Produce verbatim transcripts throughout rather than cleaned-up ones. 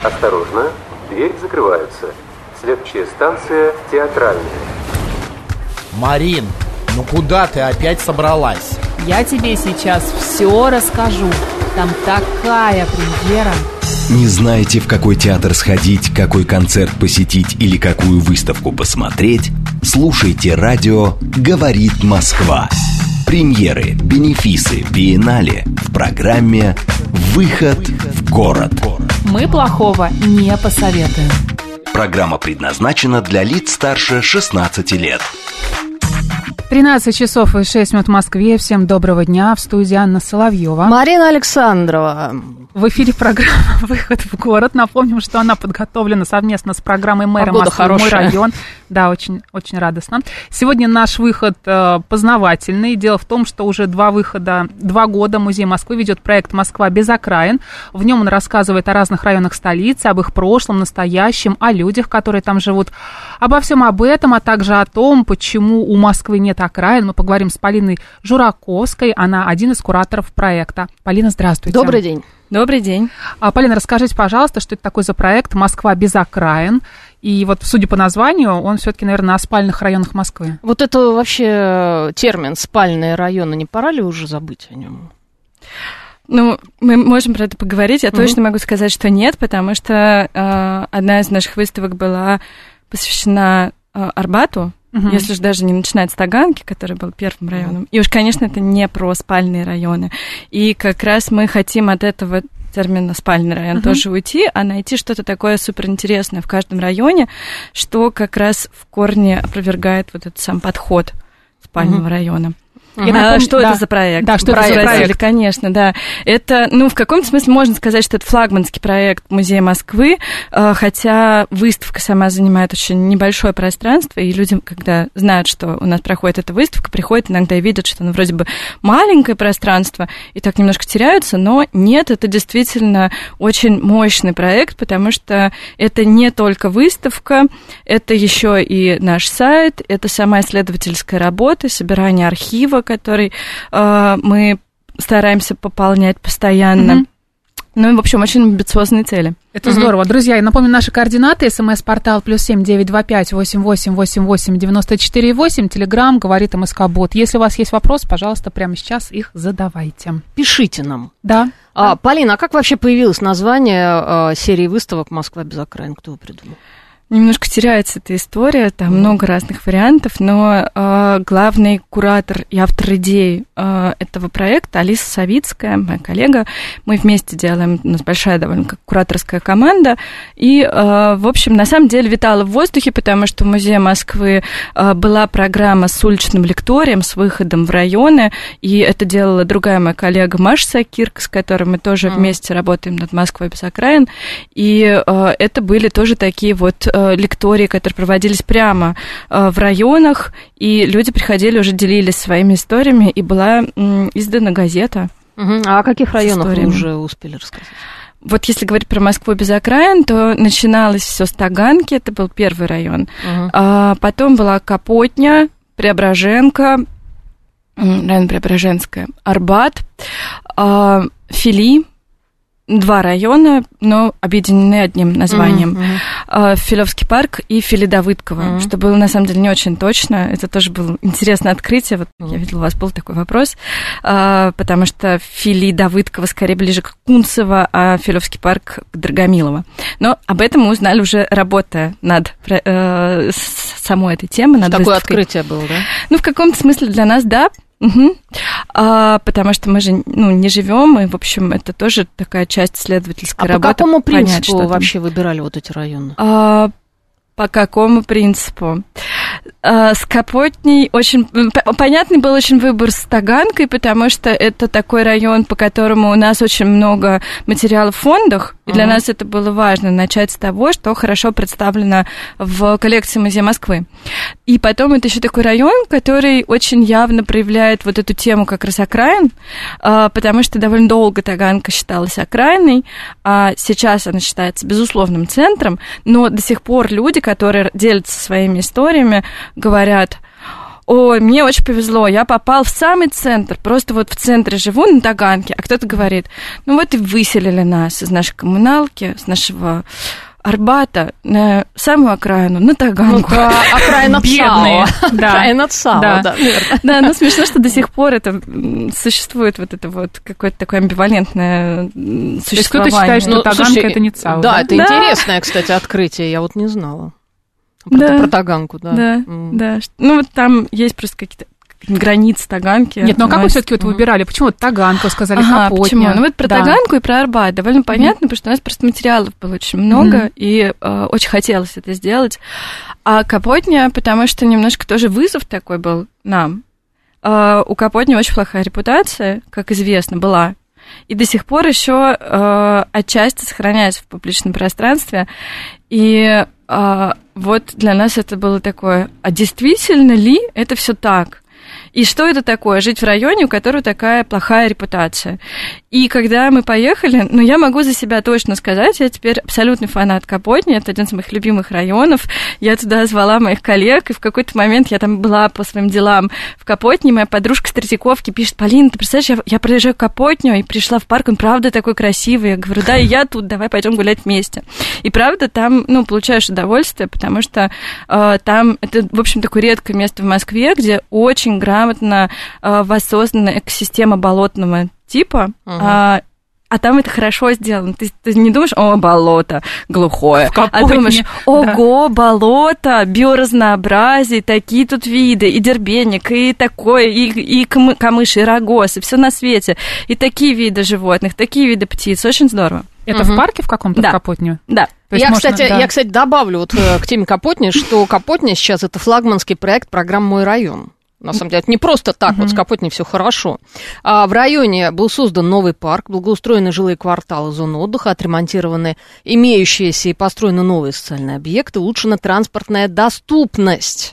Осторожно, двери закрываются. Следующая станция Театральная. Марин, ну куда ты опять собралась? Я тебе сейчас все расскажу. Там такая премьера. Не знаете, в какой театр сходить, какой концерт посетить или какую выставку посмотреть? Слушайте радио «Говорит Москва». Премьеры, бенефисы, биеннале в программе «Выход в город». Мы плохого не посоветуем. Программа предназначена для лиц старше шестнадцати лет. тринадцать часов и шесть минут в Москве. Всем доброго дня. В студии Анна Соловьева. Марина Александрова. В эфире программа «Выход в город». Напомним, что она подготовлена совместно с программой мэра Погода Москвы «Мой район». Да, очень, очень радостно. Сегодня наш выход э, познавательный. Дело в том, что уже два выхода, два года Музей Москвы ведет проект «Москва без окраин». В нем он рассказывает о разных районах столицы, об их прошлом, настоящем, о людях, которые там живут. Обо всем об этом, а также о том, почему у Москвы нет окраин. Мы поговорим с Полиной Жураковской. Она один из кураторов проекта. Полина, здравствуйте. Добрый день. Добрый день. А, Полина, расскажите, пожалуйста, что это такой за проект «Москва без окраин». И вот, судя по названию, он все-таки, наверное, о спальных районах Москвы. Вот это вообще термин «спальные районы», не пора ли уже забыть о нем? Ну, мы можем про это поговорить. Я mm-hmm. точно могу сказать, что нет, потому что э, одна из наших выставок была посвящена э, Арбату, uh-huh. если же даже не начинать с Таганки, который был первым районом. Uh-huh. И уж, конечно, это не про спальные районы. И как раз мы хотим от этого термина «спальный район» uh-huh. тоже уйти, а найти что-то такое суперинтересное в каждом районе, что как раз в корне опровергает вот этот сам подход спального uh-huh. района. Я а, напомню, что да. это за проект? Да, что проект, это за проект? Конечно, да. Это, ну, в каком-то смысле можно сказать, что это флагманский проект Музея Москвы, хотя выставка сама занимает очень небольшое пространство, и люди, когда знают, что у нас проходит эта выставка, приходят иногда и видят, что оно вроде бы маленькое пространство, и так немножко теряются, но нет, это действительно очень мощный проект, потому что это не только выставка, это еще и наш сайт, это сама исследовательская работа, собирание архива, который э, мы стараемся пополнять постоянно. Mm-hmm. Ну и, в общем, очень амбициозные цели. Это mm-hmm. здорово. Друзья, я напомню наши координаты. СМС-портал плюс семь девять два пять восемь восемь восемь восемь девяносто четыре восемь. Телеграм говорит МСК-бот. Если у вас есть вопрос, пожалуйста, прямо сейчас их задавайте. Пишите нам. Да. А, Полина, а как вообще появилось название а, серии выставок «Москва без окраин»? Кто его придумал? Немножко теряется эта история, там mm. много разных вариантов, но э, главный куратор и автор идей э, этого проекта Алиса Савицкая, моя коллега. Мы вместе делаем, у нас большая довольно как кураторская команда, и, э, в общем, на самом деле витала в воздухе, потому что в Музее Москвы э, была программа с уличным лекторием, с выходом в районы, и это делала другая моя коллега Маша Сакирка, с которой мы тоже mm. вместе работаем над «Москвой без окраин», и э, это были тоже такие вот лектории, которые проводились прямо в районах, и люди приходили, уже делились своими историями, и была издана газета. Угу. А о каких районах вы уже успели рассказать? Вот если говорить про Москву без окраин, то начиналось все с Таганки, это был первый район. Угу. А потом была Капотня, Преображенка, район Преображенская, Арбат, Фили. Два района, но объединены одним названием. Mm-hmm. Филевский парк и Фили-Давыдково, mm-hmm. что было, на самом деле, не очень точно. Это тоже было интересное открытие. Вот mm-hmm. я видела, у вас был такой вопрос, потому что Фили-Давыдково скорее ближе к Кунцево, а Филевский парк к Драгомилово. Но об этом мы узнали уже, работая над э, самой этой темой. Над Такое выставкой. Открытие было, да? Ну, в каком-то смысле для нас, да. Угу. А, потому что мы же ну, не живем, и, в общем, это тоже такая часть исследовательской а работы. А по какому принципу понять, что вообще там. выбирали вот эти районы? А, по какому принципу? А, с Капотней очень... Понятный был очень выбор с Таганкой, потому что это такой район, по которому у нас очень много материалов в фондах, и для uh-huh. нас это было важно начать с того, что хорошо представлено в коллекции Музея Москвы. И потом это еще такой район, который очень явно проявляет вот эту тему как раз окраин, потому что довольно долго Таганка считалась окраиной, а сейчас она считается безусловным центром, но до сих пор люди, которые делятся своими историями, говорят: ой, мне очень повезло, я попал в самый центр, просто вот в центре живу, на Таганке, а кто-то говорит, ну вот и выселили нас из нашей коммуналки, с нашего Арбата на самую окраину, на Таганку. Ну, окраина ЦАО. Да. Окраина ЦАО, Да. да. Да, ну смешно, что до сих пор это существует, вот это вот какое-то такое амбивалентное существование. То есть кто-то считает, что Ну, Таганка слушай, это не ЦАО, Да, да? это Да. интересное, кстати, открытие, я вот не знала. Про, Да. про Таганку, да. Да, М. да. Ну вот там есть просто какие-то границы Таганки. Нет, ну а как вы У нас- все-таки вот выбирали? Почему вот Таганка сказали, Ага, Капотня? почему? Ну вот про Да. Таганку и про Арбат довольно понятно, потому что у нас просто материалов было очень много, Мгм. и э, очень хотелось это сделать. А Капотня, потому что немножко тоже вызов такой был нам. Э, у Капотни очень плохая репутация, как известно, была. И до сих пор еще э, отчасти сохраняется в публичном пространстве. И э, вот для нас это было такое, а действительно ли это все так? И что это такое, жить в районе, у которого такая плохая репутация? И когда мы поехали, ну, я могу за себя точно сказать, я теперь абсолютный фанат Капотни, это один из моих любимых районов. Я туда звала моих коллег, и в какой-то момент я там была по своим делам в Капотне, моя подружка с Третьяковки пишет: Полина, ты представляешь, я, я проезжаю Капотню и пришла в парк, он правда такой красивый. Я говорю, да, и я тут, давай пойдем гулять вместе. И правда там, ну, получаешь удовольствие, потому что э, там, это, в общем, такое редкое место в Москве, где очень грамотно э, воссоздана экосистема болотного типа, Ага. а, а там это хорошо сделано. Ты, ты не думаешь, о, болото глухое, а думаешь, ого, болото, биоразнообразие, такие тут виды, и дербеник, и такое, и, и камы- камыш, и рогоз, и все на свете, и такие виды животных, такие виды птиц, очень здорово. Это Мгм. в парке в каком-то, Да. в Капотню? Да. То есть Я, можно, кстати, да. я, кстати, добавлю вот э, к теме Капотни, что Капотня сейчас это флагманский проект программы «Мой район». На самом деле, это не просто так, Мгм. вот с Капотней все хорошо. А в районе был создан новый парк, благоустроены жилые кварталы, зоны отдыха, отремонтированы имеющиеся и построены новые социальные объекты, улучшена транспортная доступность.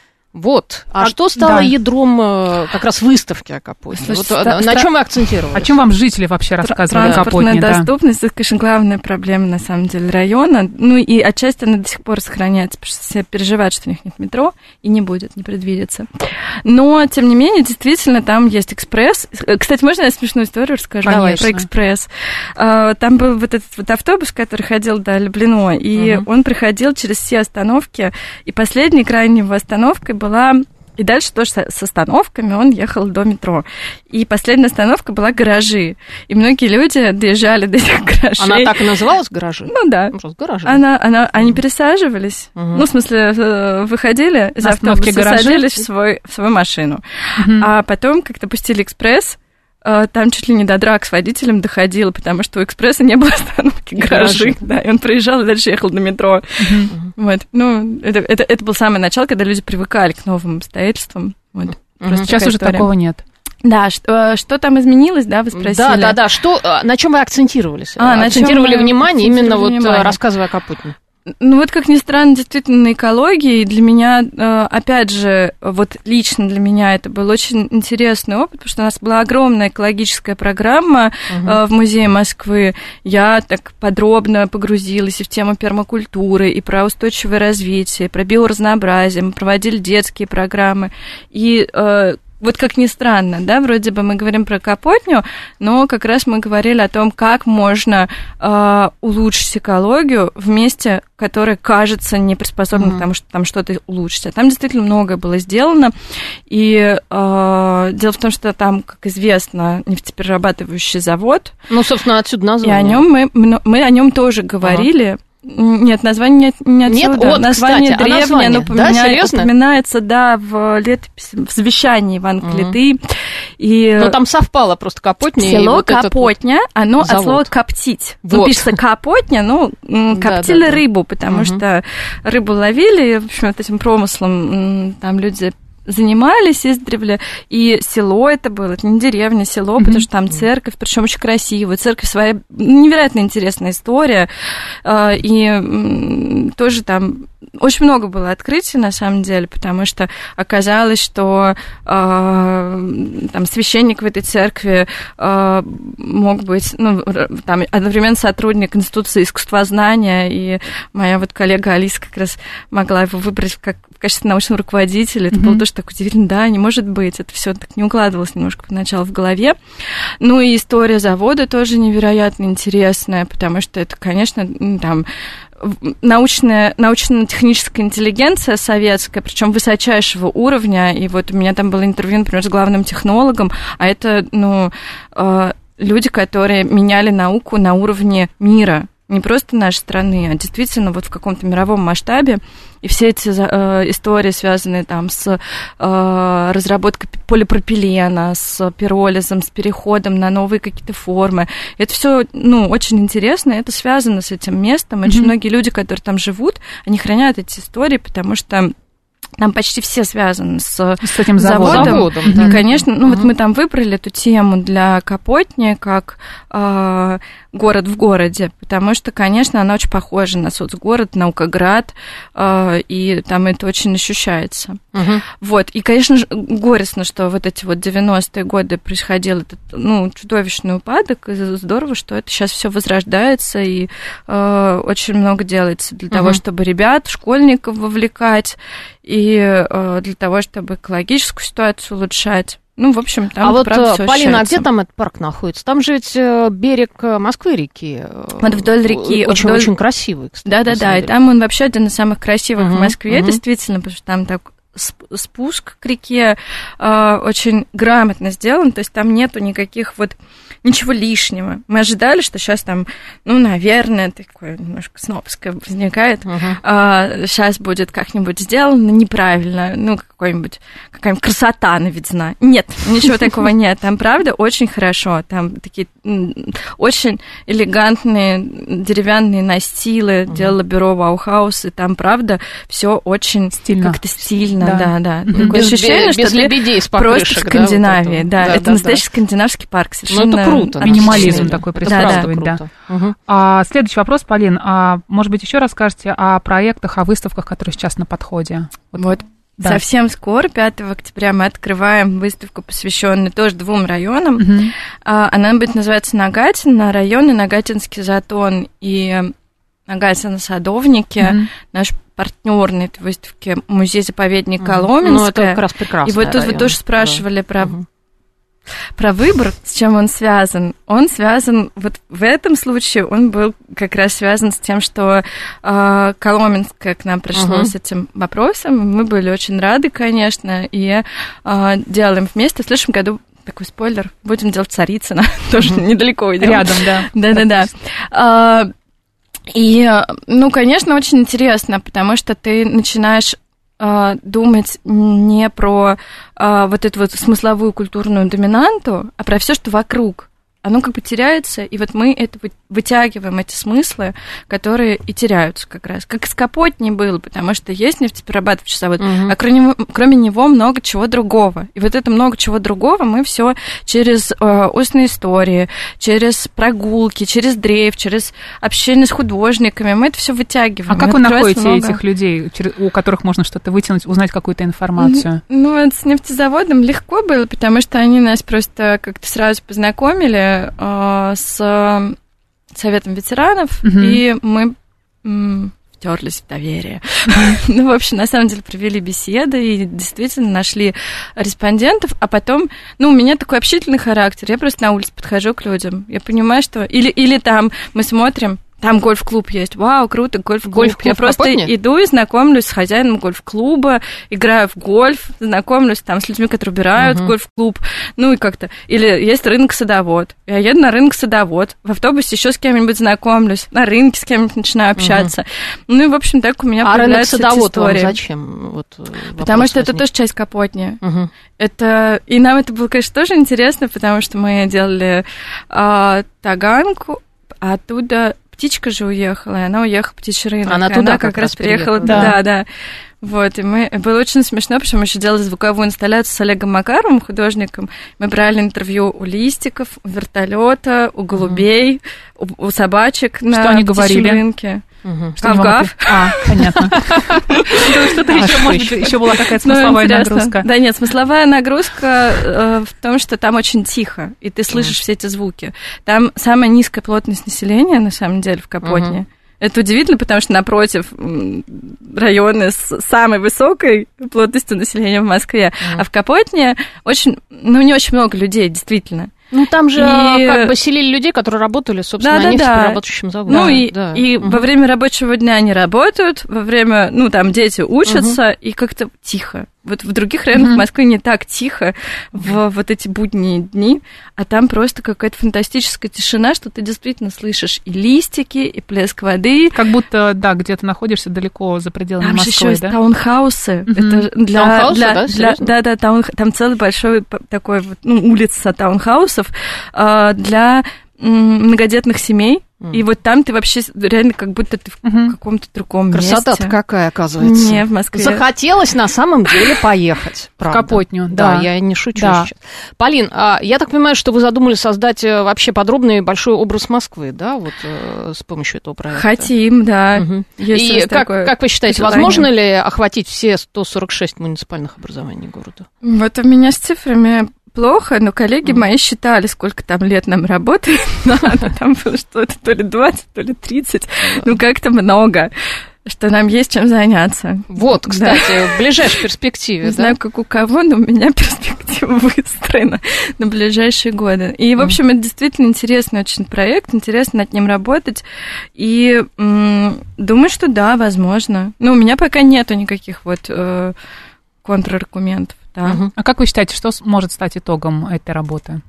Вот. А, А, что стало да. ядром э, как раз выставки о Капотне? Слушай, Вот, ста- а, на ста- чем вы акцентировали? О чем вам жители вообще рассказывали о Транспортная Капотне? Да. доступность, это, конечно, главная проблема, на самом деле, района. Ну, и отчасти она до сих пор сохраняется, потому что все переживают, что у них нет метро, и не будет, не предвидится. Но, тем не менее, действительно, там есть экспресс. Кстати, можно я смешную историю расскажу? Конечно. Про экспресс. А, Там был вот этот вот автобус, который ходил до Люблино, и Мгм. он проходил через все остановки, и последней крайней его остановкой была... И дальше тоже со- с остановками он ехал до метро. И последняя остановка была гаражи. И многие люди доезжали до этих гаражей. Она так и называлась, гаражи? Ну да. Ну, просто гаражи. Она, она, они пересаживались. Мгм. Ну, в смысле, э, выходили из На остановке автобуса, гаражи? садились в, свой, в свою машину. Мгм. А потом, как-то пустили экспресс, э, там чуть ли не до драк с водителем доходило, потому что у экспресса не было остановки И гаражи. гаражи. Да, и он проезжал и дальше ехал до метро. Мгм. Вот. Ну, это, это, это был самое начало, когда люди привыкали к новым обстоятельствам. Вот. Мгм. Просто Сейчас такая уже история. такого нет. Да, что, что там изменилось, да, вы спросили? Да, да, да. Что, а, на чем вы акцентировались? А, на чём акцентировали мы внимание, именно акцентировали вот внимание? рассказывая о Капотне. Ну вот, как ни странно, действительно, на экологии для меня, э, опять же, вот лично для меня это был очень интересный опыт, потому что у нас была огромная экологическая программа Мгм. э, в Музее Москвы. Я так подробно погрузилась и в тему пермакультуры, и про устойчивое развитие, и про биоразнообразие. Мы проводили детские программы. И э, вот как ни странно, да, вроде бы мы говорим про Капотню, но как раз мы говорили о том, как можно э, улучшить экологию в месте, которое кажется не приспособлено Мгм. к тому, что там что-то улучшить. А там действительно многое было сделано. И э, дело в том, что там, как известно, нефтеперерабатывающий завод, Ну, собственно, отсюда и название. о нем мы, мно- мы о нем тоже говорили. Нет, название не, не Нет? отсюда. Вот, название кстати, а древнее, название? оно Да, упоминя- серьезно? упоминается, да, в летописи, в завещании Ивана Мгм. Калиты. И Но там совпало просто Капотня и село вот этот вот- Капотня, оно от завод. слова коптить. Ну, Вот. пишется Капотня, ну, м, Да, коптили да, да. рыбу, потому Мгм. что рыбу ловили, и, в общем, вот этим промыслом м, там люди занимались издревле, и село это было, это не деревня, село, Мгм. потому что там церковь, причем очень красивая, церковь своя, невероятно интересная история, а, и м, тоже там очень много было открытий, на самом деле, потому что оказалось, что а, там священник в этой церкви а, мог быть, ну, р- там одновременно сотрудник Института искусствознания, и моя вот коллега Алиса как раз могла его выбрать как в качестве научного руководителя. Это Мгм. было тоже так удивительно, да, не может быть, это все так не укладывалось немножко поначалу в голове. Ну и история завода тоже невероятно интересная, потому что это, конечно, там научная, научно-техническая интеллигенция советская, причем высочайшего уровня, и вот у меня там было интервью, например, с главным технологом, а это, ну, люди, которые меняли науку на уровне мира, не просто нашей страны, а действительно вот в каком-то мировом масштабе. И все эти э, истории, связанные там с э, разработкой полипропилена, с пиролизом, с переходом на новые какие-то формы, это все, ну, очень интересно, это связано с этим местом. Очень mm-hmm. многие люди, которые там живут, они хранят эти истории, потому что там почти все связаны с, с этим заводом. заводом и, да. конечно, ну, uh-huh. вот мы там выбрали эту тему для Капотни как э, город в городе, потому что, конечно, она очень похожа на соцгород, наукоград, э, и там это очень ощущается. Uh-huh. Вот, и, конечно же, горестно, что вот эти вот девяностые годы происходил этот, ну, чудовищный упадок, и здорово, что это сейчас все возрождается, и э, очень много делается для uh-huh. того, чтобы ребят, школьников вовлекать, и э, для того, чтобы экологическую ситуацию улучшать. Ну, в общем, там, а вот, правда, всё Полина, ощущается. А где там этот парк находится? Там же ведь берег Москвы-реки. Вот вдоль реки. Очень, вдоль... очень красивый, кстати. Да-да-да, и там он вообще один из самых красивых uh-huh, в Москве, uh-huh. действительно, потому что там так спуск к реке э, очень грамотно сделан, то есть там нету никаких вот ничего лишнего. Мы ожидали, что сейчас там, ну, наверное, такое немножко снобское возникает, uh-huh. а, сейчас будет как-нибудь сделано неправильно, ну, какой-нибудь, какая-нибудь красота наведена. Нет, ничего такого нет. Там, правда, очень хорошо. Там такие очень элегантные деревянные настилы uh-huh. делала бюро Баухаус, и там, правда, все очень стильно. Как-то стильно, да, да. да. Такое без, ощущение, без, что без лебедей с покрышек, просто в Скандинавии, да, да, вот это. это да, настоящий да. скандинавский парк, совершенно. Ну, это круто. Минимализм да, такой присутствует, да. да. да. Угу. А, следующий вопрос, Полин. А, может быть, еще расскажете о проектах, о выставках, которые сейчас на подходе? Вот, вот. Да. Совсем скоро, пятого октября, мы открываем выставку, посвященную тоже двум районам. Угу. А, она будет называться Нагатино, районы Нагатинский затон и Нагатино-Садовники. Угу. Наш партнер на этой выставке музей-заповедник Коломенское. Ну, это как раз прекрасно. И вот тут район. вы тоже спрашивали да. про... Угу. Про выбор, с чем он связан. Он связан, вот в этом случае он был как раз связан с тем, что э, Коломенское к нам пришло uh-huh. с этим вопросом. Мы были очень рады, конечно, и э, делаем вместе. В следующем году, такой спойлер, будем делать Царицыно, uh-huh. тоже недалеко идем. Рядом, да. Да-да-да. И, ну, конечно, очень интересно, потому что ты начинаешь думать не про а, вот эту вот смысловую культурную доминанту, а про все, что вокруг. Оно как бы теряется, и вот мы это вытягиваем, эти смыслы, которые и теряются как раз. Как с Капотни было, потому что есть нефтеперерабатывающий завод, угу. а кроме него, кроме него много чего другого. И вот это много чего другого мы все через э, устные истории, через прогулки, через дрейф, через общение с художниками, мы это все вытягиваем. А как вы находите много... этих людей, у которых можно что-то вытянуть, узнать какую-то информацию? Ну, вот с нефтезаводом легко было, потому что они нас просто как-то сразу познакомили с Советом ветеранов, угу. и мы м, втерлись в доверие. Ну, в общем, на самом деле провели беседы и действительно нашли респондентов, а потом, ну, у меня такой общительный характер, я просто на улице подхожу к людям, я понимаю, что... Или, или там мы смотрим, там гольф-клуб есть. Вау, круто, гольф-клуб. Гольф-клуб Я просто Капотни? Иду и знакомлюсь с хозяином гольф-клуба, играю в гольф, знакомлюсь там с людьми, которые убирают uh-huh. гольф-клуб. Ну и как-то. Или есть рынок Садовод. Я еду на рынок Садовод. В автобусе еще с кем-нибудь знакомлюсь. На рынке с кем-нибудь начинаю общаться. Uh-huh. Ну и, в общем, так у меня а появляются эти истории. А рынок Садовод вам зачем? Вот потому что возник. Это тоже часть Капотни. Uh-huh. Это... И нам это было, конечно, тоже интересно, потому что мы делали а, Таганку, а оттуда... Птичка же уехала, и она уехала в птичий рынок. Она туда она как, как раз приехала. Да, да. да. Вот, и мы... Было очень смешно, потому что мы еще делали звуковую инсталляцию с Олегом Макаровым, художником. Мы брали интервью у листиков, у вертолета, у голубей, mm-hmm. у, у собачек что на они птичьем говорили? рынке. Угу. Гав-гав. А, понятно. Что-то еще, может быть, еще была какая-то смысловая нагрузка. Да нет, смысловая нагрузка в том, что там очень тихо, и ты слышишь все эти звуки. Там самая низкая плотность населения, на самом деле, в Капотне. Это удивительно, потому что напротив районы с самой высокой плотностью населения в Москве, mm. а в Капотне очень, ну, не очень много людей, действительно. Ну, там же и... как бы селили людей, которые работали, собственно, да, на да, нефтеперерабатывающем заводе. Ну, да, и, да. и угу. во время рабочего дня они работают, во время, ну, там дети учатся, угу. и как-то тихо. Вот в других районах угу. Москвы не так тихо в вот эти будние дни, а там просто какая-то фантастическая тишина, что ты действительно слышишь и листики, и плеск воды. Как будто, да, где-то находишься далеко за пределами там Москвы, же еще да? Есть таунхаусы. Угу. Это для, таунхаусы, для, да? для, да, да, таун, там целый большой такой вот, ну, улица таунхаусов э, для м, многодетных семей. И вот там ты вообще реально как будто ты в uh-huh. каком-то другом Красота-то месте. Красота-то какая, оказывается. Не, в Москве. Захотелось на самом деле поехать. В Капотню, да. Да, я не шучу да. сейчас. Полин, а я так понимаю, что вы задумали создать вообще подробный большой образ Москвы, да, вот с помощью этого проекта? Хотим, да. Угу. И как, как вы считаете, желание. Возможно ли охватить все сто сорок шесть муниципальных образований города? Вот у меня с цифрами... плохо, но коллеги mm. мои считали, сколько там лет нам работает надо. Там было что-то то ли двадцать, то ли тридцать. Ну, как-то много, что нам есть чем заняться. Вот, кстати, да. в ближайшей перспективе. Не да? знаю, как у кого, но у меня перспектива выстроена на ближайшие годы. И, в общем, mm. это действительно интересный очень проект, интересно над ним работать. И м- думаю, что да, возможно. Но у меня пока нету никаких вот э- контраргументов. Да. Угу. А как вы считаете, что может стать итогом этой работы?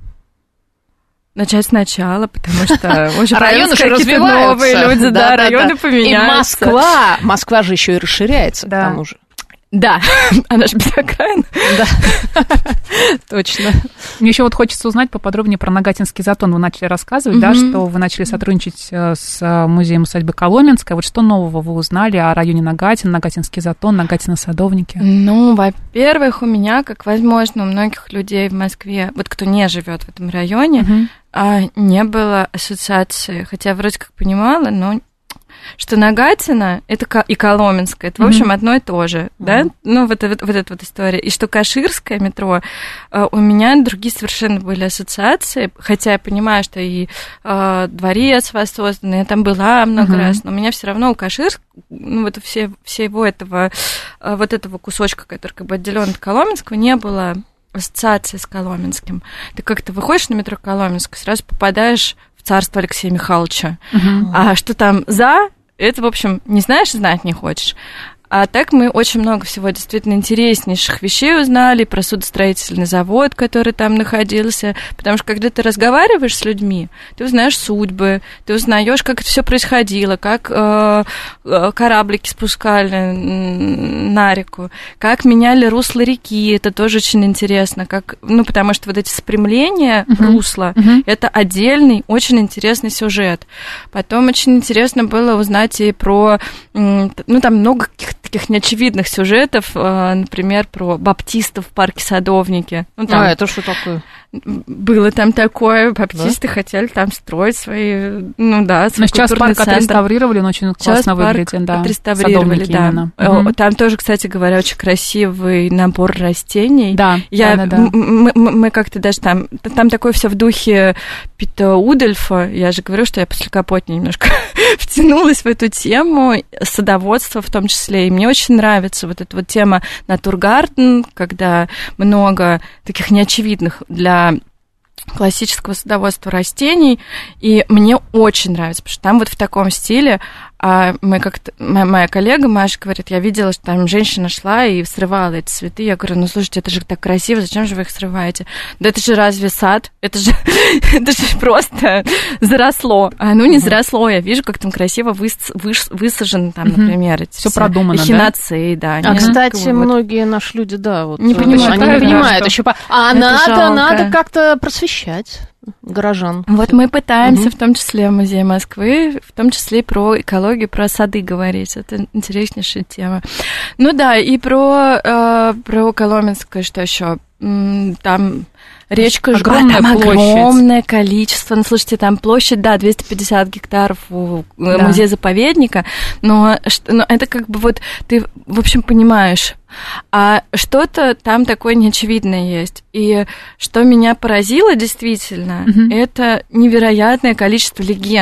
Начать сначала, потому что уже районы же какие-то новые люди, да, районы поменяются. И Москва, Москва же еще и расширяется, к тому же. Да, она же без окраин. Да, точно. Мне еще вот хочется узнать поподробнее про Нагатинский затон. Вы начали рассказывать, mm-hmm. да, что вы начали сотрудничать с музеем усадьбы Коломенская. Вот что нового вы узнали о районе Нагатин, Нагатинский затон, Нагатино-Садовники? Ну, во-первых, у меня, как возможно, у многих людей в Москве, вот кто не живет в этом районе, mm-hmm. не было ассоциации. Хотя вроде как понимала, но... что Нагатино это и Коломенское, это, в общем, mm-hmm. одно и то же, mm-hmm. да, ну, вот, вот, вот эта вот история. И что Каширское метро, у меня другие совершенно были ассоциации, хотя я понимаю, что и э, дворец воссозданный, я там была много mm-hmm. раз, но у меня все равно у Каширского, ну, вот все, всего этого, вот этого кусочка, который как бы отделен от Коломенского, не было ассоциации с Коломенским. Ты как-то выходишь на метро Коломенское, сразу попадаешь в царство Алексея Михайловича. Uh-huh. А что там за, это, в общем, не знаешь, знать не хочешь. А так мы очень много всего действительно интереснейших вещей узнали про судостроительный завод, который там находился. Потому что когда ты разговариваешь с людьми, ты узнаешь судьбы, ты узнаешь, как это все происходило, как э, кораблики спускали на реку, как меняли русло реки. Это тоже очень интересно. Как, ну, потому что вот эти спрямления uh-huh. русла uh-huh. это отдельный, очень интересный сюжет. Потом очень интересно было узнать и про... Ну, там много каких-то таких неочевидных сюжетов, например, про баптистов в парке Садовники. Ну, там а, это что такое? Было там такое, баптисты да? хотели там строить свои, ну да, свой Но сейчас парк центр. Отреставрировали, он очень классно сейчас выглядит. Парк да. отреставрировали, да. Угу. Там тоже, кстати говоря, очень красивый набор растений. Да, Я, да, да, да. Мы, мы как-то даже там, там такое все в духе Пита Удольфа, я же говорю, что я после Капотни немножко втянулась в эту тему, садоводство в том числе, и мне очень нравится вот эта вот тема натургарден, когда много таких неочевидных для классического садоводства растений, и мне очень нравится, потому что там вот в таком стиле, а мы как-то, моя, моя коллега Маша говорит, я видела, что там женщина шла и срывала эти цветы, я говорю, ну слушайте, это же так красиво, зачем же вы их срываете? Да это же разве сад? Это же, это же просто заросло, а оно не заросло, я вижу, как там красиво выс, выс, высажено там, например, эти все продумано, эхинацеи, да. да. А, кстати, многие вот наши люди, да, вот не понимают, они не понимают еще, а надо, надо как-то просвещать горожан. Вот мы пытаемся, угу. в том числе в Музее Москвы, в том числе и про экологию, про сады говорить. Это интереснейшая тема. Ну да, и про, э, про Коломенское, что еще? Там речка огромная, там площадь. Огромное количество. Ну, слушайте, там площадь, да, двести пятьдесят гектаров у да. музея-заповедника, но, но это как бы вот ты, в общем, понимаешь, а что-то там такое неочевидное есть. И что меня поразило действительно, mm-hmm. это невероятное количество легенд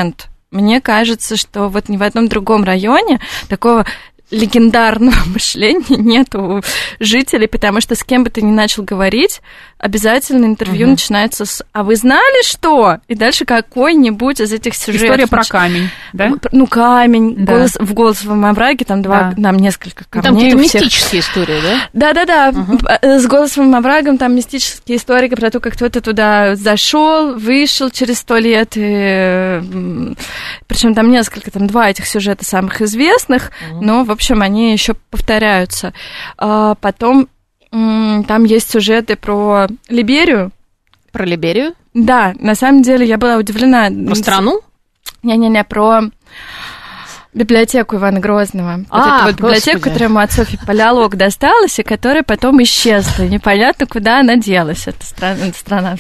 мне кажется, что вот ни в одном другом районе такого легендарного мышления нет у жителей, потому что с кем бы ты ни начал говорить, обязательно интервью uh-huh. начинается с «А вы знали, что?» И дальше какой-нибудь из этих сюжетов. История про камень, да? Ну, камень, да. голос, в «Голосовом овраге», там, два, да. там несколько камней. Там какие-то мистические истории, да? Да-да-да, uh-huh. с «Голосовым оврагом» там мистические истории про то, как кто-то туда зашел, вышел через сто лет, и... причем там несколько, там два этих сюжета самых известных, uh-huh. но, в общем, они еще повторяются. А потом там есть сюжеты про Либерию. Про Либерию? Да, на самом деле я была удивлена. Про страну? Не-не-не, про библиотеку Ивана Грозного. А, вот эту вот библиотеку, которая ему от Софьи Палеолог досталась, и которая потом исчезла. Непонятно, куда она делась, эта страна.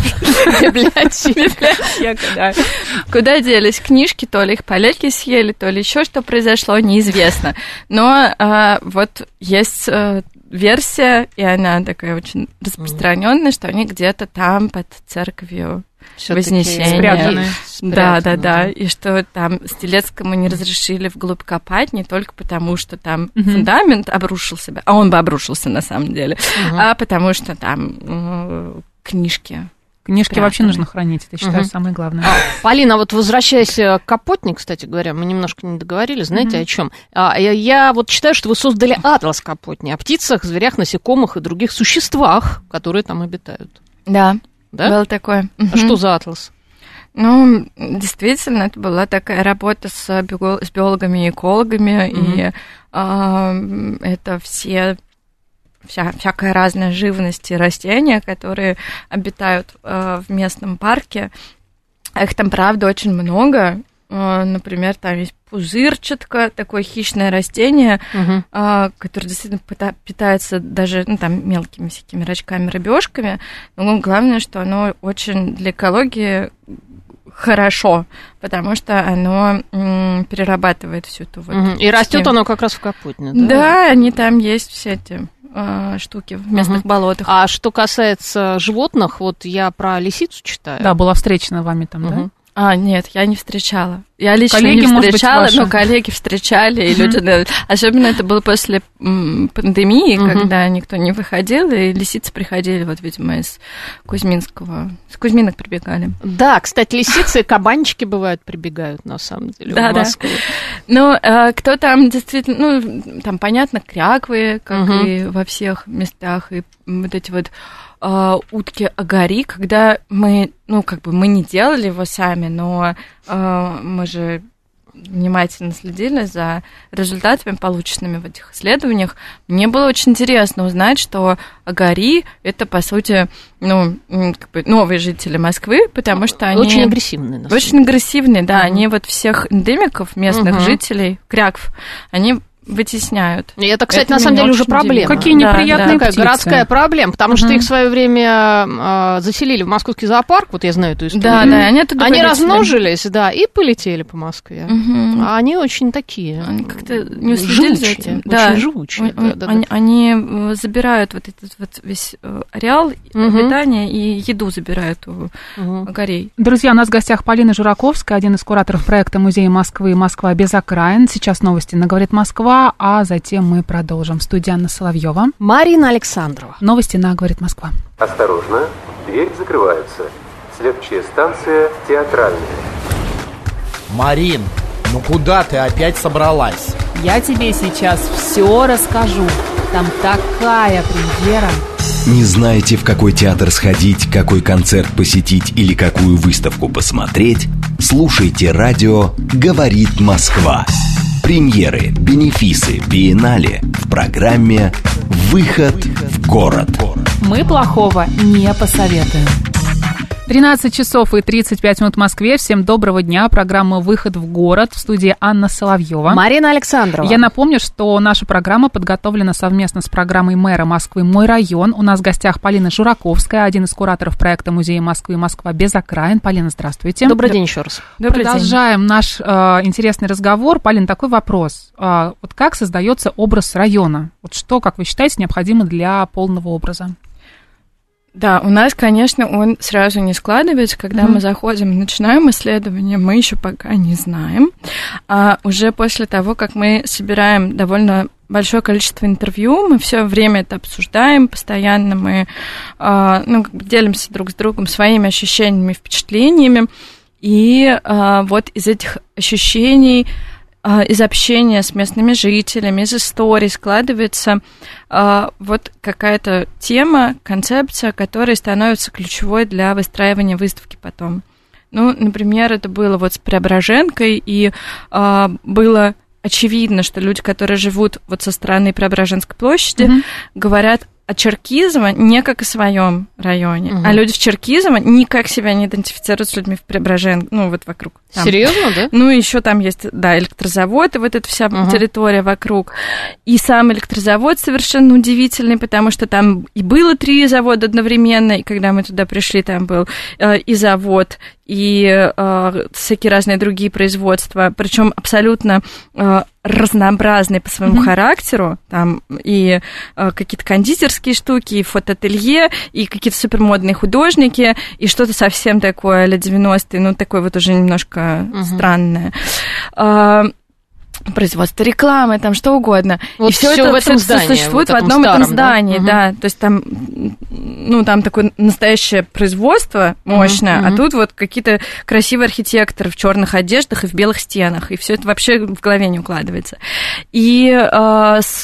Библиотека, да. Куда делись книжки, то ли их поляки съели, то ли еще что произошло, неизвестно. Но вот есть версия, и она такая очень распространенная, что они где-то там под церковью Вознесения. Спрятаны. Да, да, да. И что там Стелецкому не разрешили вглубь копать не только потому, что там uh-huh. фундамент обрушился, а он бы обрушился на самом деле, uh-huh. а потому что там э, книжки. Книжки спрятаны. Вообще нужно хранить, это, считаю, uh-huh. самое главное. А, Полина, вот возвращаясь к Капотне, кстати говоря, мы немножко не договорили, знаете, uh-huh. о чем? А, я, я вот считаю, что вы создали атлас Капотни о птицах, зверях, насекомых и других существах, которые там обитают. Да. Да? Было такое. А угу. что за атлас? Ну, действительно, это была такая работа с, био- с биологами и экологами, угу. и э, это все, вся, всякая разная живность и растения, которые обитают э, в местном парке. Их там, правда, очень много. Э, например, там есть пузырчатка, такое хищное растение, uh-huh. а, которое действительно питается даже ну, там, мелкими всякими рачками, рыбешками. Но главное, что оно очень для экологии хорошо, потому что оно м, перерабатывает всю эту вот... Uh-huh. И растет оно как раз в Капотне, да? Да, они там есть все эти а, штуки в местных uh-huh. болотах. А что касается животных, вот я про лисицу читаю. Да, была встречена вами там, uh-huh. да? А, нет, я не встречала. Я лично коллеги, не встречала, быть, но коллеги встречали, и люди... Да, особенно это было после м, пандемии, uh-huh. когда никто не выходил, и лисицы приходили, вот, видимо, из Кузьминского... С Кузьминок прибегали. Да, кстати, лисицы и кабанчики бывают прибегают, на самом деле, да, в Москву. Да. Ну, а, кто там действительно... Ну, там, понятно, кряквы, как uh-huh. и во всех местах, и вот эти вот... Uh, утки-агари, когда мы, ну, как бы мы не делали его сами, но uh, мы же внимательно следили за результатами, полученными в этих исследованиях. Мне было очень интересно узнать, что агари – это, по сути, ну, как бы новые жители Москвы, потому что они... Очень агрессивные. На очень агрессивные, да. Uh-huh. Они вот всех эндемиков, местных uh-huh. жителей, крякв, они... вытесняют. И это, кстати, это на самом деле уже проблема. Какие неприятные да, птицы. Городская проблема, потому угу. что их в свое время э, заселили в московский зоопарк, вот я знаю эту историю. Да, да, они оттуда Они полетели. размножились, да, и полетели по Москве. Угу. А они очень такие. Они как-то не уследили за этим. Очень Да. живучие. Да, да, они, да. они забирают вот этот вот весь ареал угу. обитания и еду забирают у угу. агарей. Друзья, у нас в гостях Полина Жураковская, один из кураторов проекта Музея Москвы «Москва без окраин». Сейчас новости на «Говорит Москва», а затем мы продолжим. В студии Анна Соловьева. Марина Александрова. Новости на «Говорит Москва». Осторожно, дверь закрывается. Следующая станция Театральная. Марин, ну куда ты опять собралась? Я тебе сейчас все расскажу. Там такая премьера. Не знаете, в какой театр сходить, какой концерт посетить или какую выставку посмотреть? Слушайте радио «Говорит Москва». Премьеры, бенефисы, биеннале в программе «Выход в город». Мы плохого не посоветуем. тринадцать часов и тридцать пять минут в Москве. Всем доброго дня. Программа «Выход в город». В студии Анна Соловьева. Марина Александрова. Я напомню, что наша программа подготовлена совместно с программой мэра Москвы «Мой район». У нас в гостях Полина Жураковская, один из кураторов проекта Музея Москвы «Москва без окраин». Полина, здравствуйте. Добрый день еще раз. Добрый Продолжаем день. наш э, интересный разговор. Полина, такой вопрос. Э, вот как создается образ района? Вот что, как вы считаете, необходимо для полного образа? Да, у нас, конечно, он сразу не складывается. Когда mm-hmm. мы заходим и начинаем исследование, мы еще пока не знаем. А уже после того, как мы собираем довольно большое количество интервью, мы все время это обсуждаем, постоянно мы а, ну, как бы делимся друг с другом своими ощущениями, впечатлениями. И а, вот из этих ощущений, из общения с местными жителями, из историй складывается э, вот какая-то тема, концепция, которая становится ключевой для выстраивания выставки потом. Ну, например, это было вот с Преображенкой, и э, было очевидно, что люди, которые живут вот со стороны Преображенской площади, mm-hmm. говорят о Черкизово не как о своем районе, угу. а люди в Черкизово никак себя не идентифицируют с людьми в Преображенке, ну, вот вокруг. Там. Серьезно, да? Ну, еще там есть, да, электрозавод, и вот эта вся угу. территория вокруг. И сам электрозавод совершенно удивительный, потому что там и было три завода одновременно, и когда мы туда пришли, там был э, и завод, и э, всякие разные другие производства, причем абсолютно э, разнообразные по своему mm-hmm. характеру, там и э, какие-то кондитерские штуки, и фотоателье, и какие-то супермодные художники, и что-то совсем такое а-ля девяностые, ну, такое вот уже немножко mm-hmm. странное. Э, производство рекламы, там что угодно. Вот и все это, в этом все здании, существует в, в одном старом, этом здании, да? да. То есть там, ну, там такое настоящее производство мощное, uh-huh, uh-huh. а тут вот какие-то красивые архитекторы в черных одеждах и в белых стенах, и все это вообще в голове не укладывается. И э, с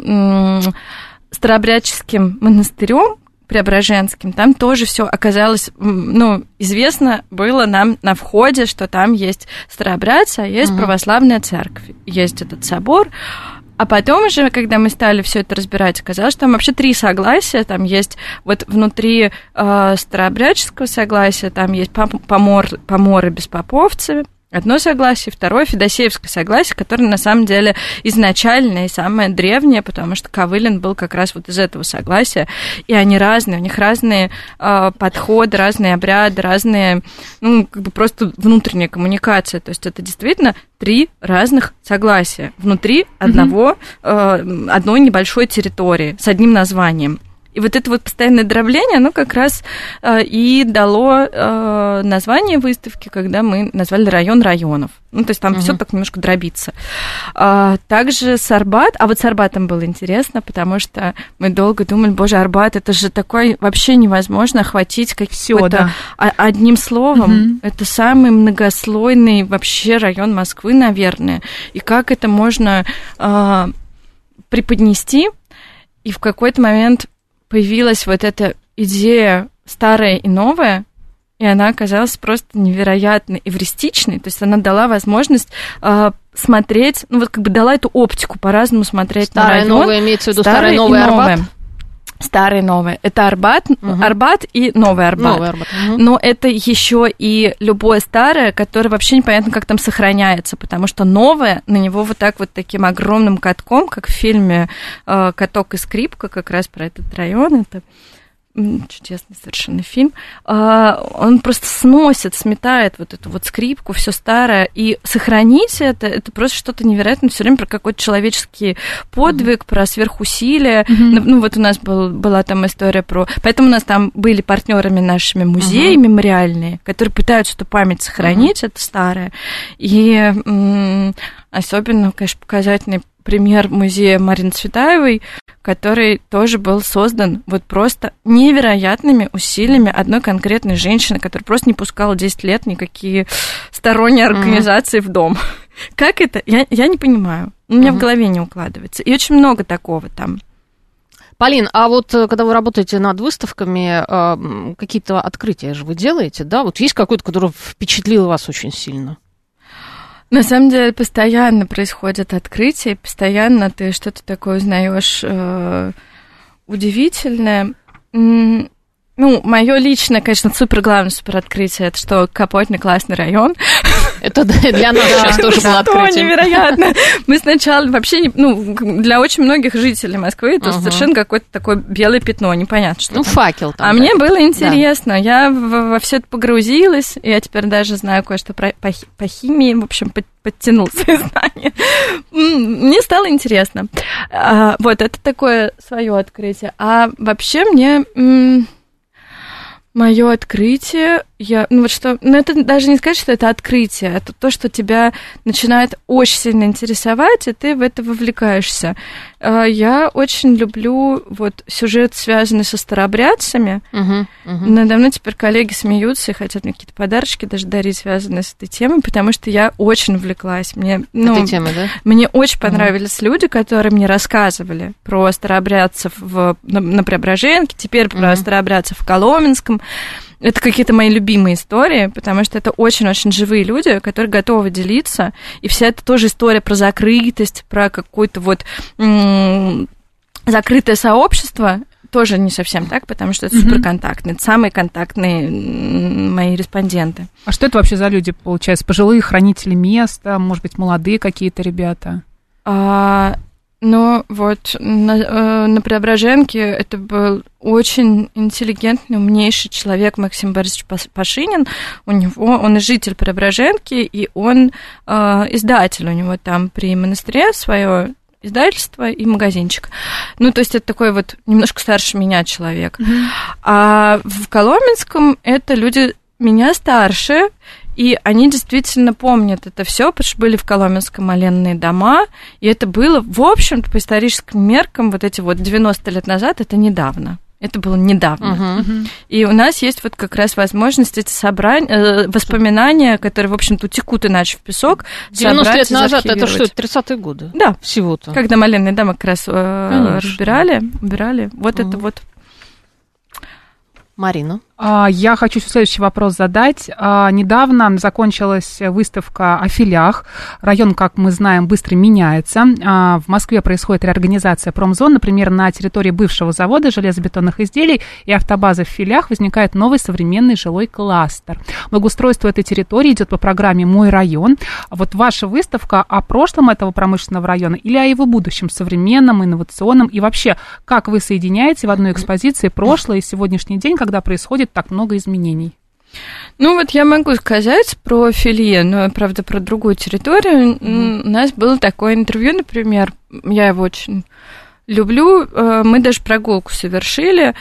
э, Старообрядческим монастырем Преображенским, там тоже все оказалось, ну, известно было нам на входе, что там есть старообрядцы, а есть mm-hmm. православная церковь, есть этот собор. А потом уже, когда мы стали все это разбирать, оказалось, что там вообще три согласия. Там есть вот внутри э, старообрядческого согласия, там есть помор, поморы беспоповцы, одно согласие, второе Федосеевское согласие, которое на самом деле изначальное и самое древнее, потому что Ковылин был как раз вот из этого согласия, и они разные, у них разные э, подходы, разные обряды, разные, ну, как бы просто внутренняя коммуникация, то есть это действительно три разных согласия внутри одного, mm-hmm. э, одной небольшой территории с одним названием. И вот это вот постоянное дробление, оно как раз э, и дало э, название выставки, когда мы назвали район районов. Ну, то есть там uh-huh. все так немножко дробится. А, также с Арбат, а вот с Арбатом было интересно, потому что мы долго думали, боже, Арбат, это же такой, вообще невозможно охватить какой-то да. одним словом. Uh-huh. Это самый многослойный вообще район Москвы, наверное. И как это можно э, преподнести, и в какой-то момент появилась вот эта идея старая и новая, и она оказалась просто невероятно эвристичной, то есть она дала возможность э, смотреть, ну вот как бы дала эту оптику по-разному смотреть старое, на район. Новое, имеется в виду старое, новое Арбат? Старый, новый. Это Арбат, угу. Арбат и новый Арбат. Новый Арбат. Угу. Но это еще и любое старое, которое вообще непонятно, как там сохраняется, потому что новое, на него вот так вот таким огромным катком, как в фильме «Каток и скрипка», как раз про этот район, это чудесный совершенно фильм, он просто сносит, сметает вот эту вот скрипку, все старое, и сохранить это, это просто что-то невероятное, все время про какой-то человеческий подвиг, mm-hmm. про сверхусилие, mm-hmm. ну вот у нас был, была там история про, поэтому у нас там были партнерами нашими музеи mm-hmm. мемориальные, которые пытаются эту память сохранить, mm-hmm. это старое, и м- особенно, конечно, показательный пример музея Марины Цветаевой, который тоже был создан вот просто невероятными усилиями одной конкретной женщины, которая просто не пускала десять лет никакие сторонние организации mm-hmm. в дом. Как это? Я, я не понимаю. У меня mm-hmm. в голове не укладывается. И очень много такого там. Полин, а вот когда вы работаете над выставками, какие-то открытия же вы делаете, да? Вот есть какой-то, который впечатлил вас очень сильно? На самом деле постоянно происходят открытия, постоянно ты что-то такое узнаешь э, удивительное. Ну, мое личное, конечно, супер главное супер открытие, это что Капотня классный район. Это для нас сейчас тоже было открытием. Невероятно. Мы сначала вообще, не, ну, для очень многих жителей Москвы это совершенно какое-то такое белое пятно, непонятно что. Ну, факел там. А мне было интересно, я во все это погрузилась, я теперь даже знаю кое-что по химии, в общем, подтянул свои знания. Мне стало интересно. Вот, это такое свое открытие. А вообще мне... Мое открытие, я, ну вот что, ну это даже не сказать, что это открытие, это то, что тебя начинает очень сильно интересовать, и ты в это вовлекаешься. Я очень люблю вот сюжет, связанный со старообрядцами. Uh-huh, uh-huh. Надо мной теперь коллеги смеются и хотят мне какие-то подарочки даже дарить, связанные с этой темой, потому что я очень увлеклась. Мне, ну, этой темой, да? Мне очень понравились uh-huh. люди, которые мне рассказывали про старообрядцев в, на, на Преображенке, теперь про uh-huh. старообрядцев в Коломенском. Это какие-то мои любимые истории, потому что это очень-очень живые люди, которые готовы делиться. И вся это тоже история про закрытость, про какое-то вот м- закрытое сообщество. Тоже не совсем так, потому что это mm-hmm. суперконтактные. Это самые контактные мои респонденты. А что это вообще за люди, получается? Пожилые хранители места, может быть, молодые какие-то ребята? А, ну, вот на, на Преображенке это был очень интеллигентный, умнейший человек Максим Борисович Пашинин. У него, он житель Преображенки, и он э, издатель. У него там при монастыре свое издательство и магазинчик. Ну, то есть это такой вот немножко старше меня человек. Mm-hmm. А в Коломенском это люди меня старше, и они действительно помнят это все, потому что были в Коломенском оленные дома, и это было, в общем-то, по историческим меркам, вот эти вот девяносто лет назад, это недавно. Это было недавно. Uh-huh. И у нас есть вот как раз возможность эти собрания, воспоминания, которые, в общем-то, утекут иначе в песок, девяносто лет назад, это что, тридцатые годы? Да. Всего-то. Когда оленные дома как раз Конечно. разбирали, убирали. Вот uh-huh. это вот. Марина. Я хочу следующий вопрос задать. Недавно закончилась выставка о филях. Район, как мы знаем, быстро меняется. В Москве происходит реорганизация промзон. Например, на территории бывшего завода железобетонных изделий и автобазы в филях возникает новый современный жилой кластер. Благоустройство этой территории идет по программе «Мой район». Вот ваша выставка о прошлом этого промышленного района или о его будущем, современном, инновационном? И вообще, как вы соединяете в одной экспозиции прошлое и сегодняшний день, когда происходит так много изменений? Ну, вот я могу сказать про филе, но, правда, про другую территорию. Mm-hmm. У нас было такое интервью, например, я его очень люблю, мы даже прогулку совершили.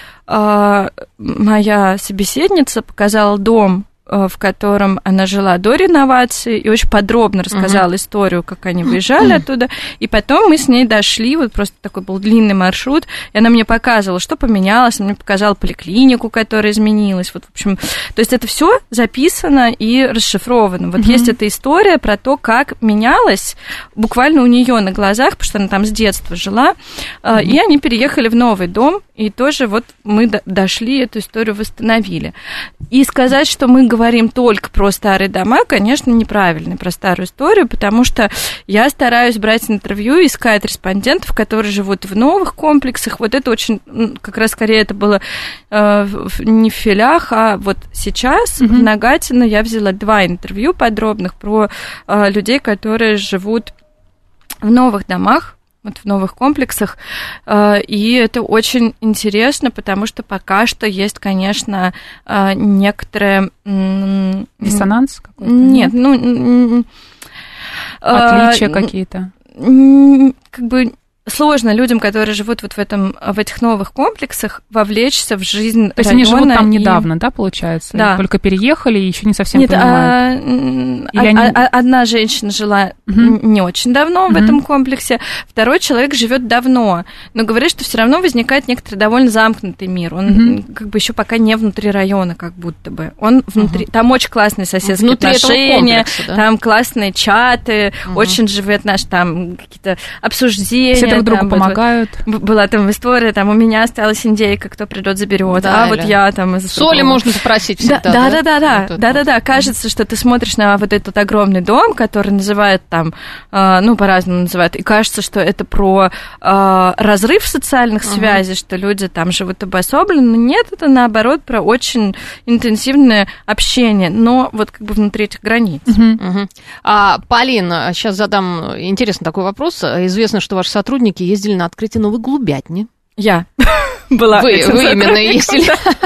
Моя собеседница показала дом, в котором она жила до реновации, и очень подробно рассказала uh-huh. историю, как они выезжали uh-huh. оттуда. И потом мы с ней дошли, вот просто такой был длинный маршрут, и она мне показывала, что поменялось, она мне показала поликлинику, которая изменилась. Вот, в общем, то есть это все записано и расшифровано. Вот uh-huh. есть эта история про то, как менялось буквально у нее на глазах, потому что она там с детства жила, uh-huh. и они переехали в новый дом, и тоже вот мы дошли, эту историю восстановили. И сказать, что мы говорим только про старые дома, конечно, неправильно, про старую историю, потому что я стараюсь брать интервью, искать респондентов, которые живут в новых комплексах. Вот это очень, как раз скорее это было э, не в филях, а вот сейчас mm-hmm. в Нагатино я взяла два интервью подробных про э, людей, которые живут в новых домах, вот в новых комплексах, и это очень интересно, потому что пока что есть, конечно, некоторые... Диссонанс какой-то? Нет, ну... Отличия какие-то? Как бы... Сложно людям, которые живут вот в, этом, в этих новых комплексах, вовлечься в жизнь района. То есть они живут там и... недавно, да, получается? Да. Только переехали и еще не совсем Нет, понимают? А... Или они... Одна женщина жила угу. не очень давно угу. в этом комплексе, второй человек живет давно, но говорит, что все равно возникает некоторый довольно замкнутый мир. Он угу. как бы еще пока не внутри района, как будто бы. Он внутри. Угу. Там очень классные соседские внутри отношения, да? Там классные чаты, угу. очень живые отношения, там какие-то обсуждения. Друг другу помогают. Вот, была там история, там у меня осталась индейка, кто придет заберет, да, а вот я там из соли можно попросить всегда. Да, да, да, да, да, да, да, да. Кажется, что ты смотришь на вот этот огромный дом, который называют там, ну по-разному называют, и кажется, что это про разрыв социальных uh-huh. связей, что люди там живут обособленно. Нет, это наоборот про очень интенсивное общение, но вот как бы внутри этих границ. Uh-huh. Uh-huh. А, Полина, сейчас задам интересный такой вопрос. Известно, что ваши сотрудники ездили на открытие новой голубятни. Я была. Вы, вы именно ездили.